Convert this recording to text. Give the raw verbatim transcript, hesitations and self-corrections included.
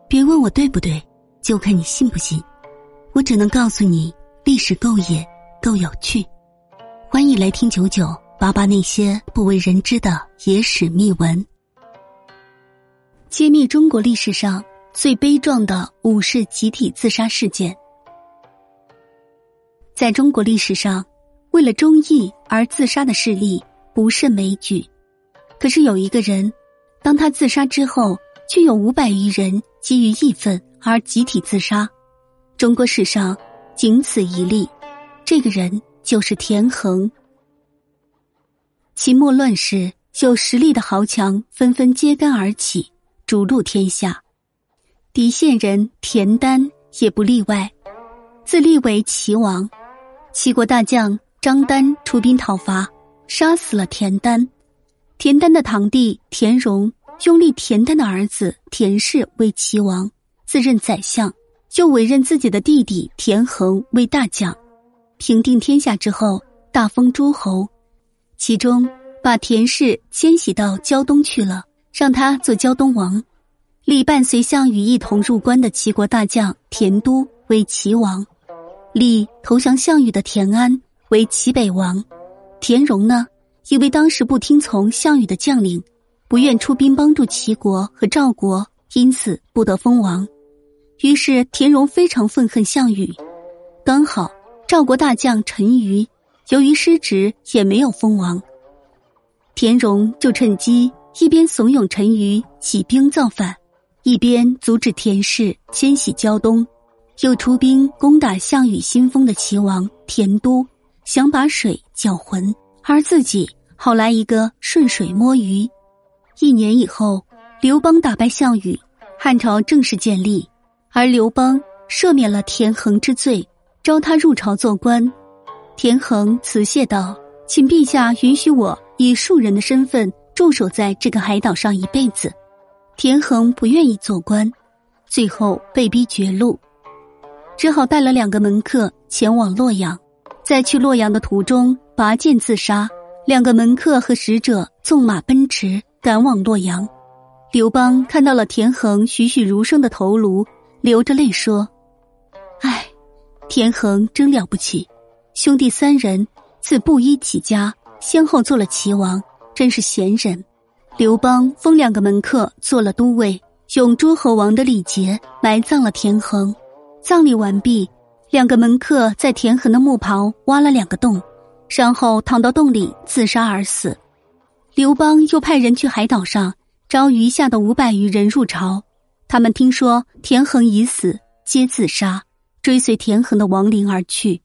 别问我对不对，就看你信不信。我只能告诉你，历史够野，够有趣。欢迎来听九九八八那些不为人知的野史秘闻，揭秘中国历史上最悲壮的武士集体自杀事件。在中国历史上，为了忠义而自杀的事例不胜枚举。可是有一个人，当他自杀之后，却有五百余人基于义愤而集体自杀。中国史上仅此一例，这个人就是田横。秦末乱世，有实力的豪强纷纷揭竿而起，逐鹿天下。狄县人田丹也不例外，自立为齐王。齐国大将张丹出兵讨伐，杀死了田丹。田丹的堂弟田荣拥立田丹的儿子田氏为齐王，自任宰相，又委任自己的弟弟田横为大将。平定天下之后，大封诸侯，其中把田氏迁徙到胶东去了，让他做胶东王。立伴随项羽一同入关的齐国大将田都为齐王，立投降项羽的田安为齐北王。田荣呢，因为当时不听从项羽的将领，不愿出兵帮助齐国和赵国，因此不得封王。于是田荣非常愤恨项羽。刚好赵国大将陈馀由于失职也没有封王，田荣就趁机一边怂恿陈馀起兵造反，一边阻止田氏迁徙胶东，又出兵攻打项羽新封的齐王田都，想把水搅浑，而自己好来一个顺水摸鱼。一年以后，刘邦打败项羽，汉朝正式建立，而刘邦赦免了田横之罪，召他入朝做官。田横辞谢道：请陛下允许我以庶人的身份驻守在这个海岛上一辈子。田横不愿意做官，最后被逼绝路，只好带了两个门客前往洛阳。在去洛阳的途中拔剑自杀，两个门客和使者纵马奔驰赶往洛阳。刘邦看到了田横栩栩如生的头颅，流着泪说：唉，田横真了不起，兄弟三人自布衣起家，先后做了齐王，真是贤人。刘邦封两个门客做了都尉，用诸侯王的礼节埋葬了田横。葬礼完毕，两个门客在田横的墓旁挖了两个洞，然后躺到洞里自杀而死。刘邦又派人去海岛上招余下的五百余人入朝，他们听说田横已死，皆自杀，追随田横的亡灵而去。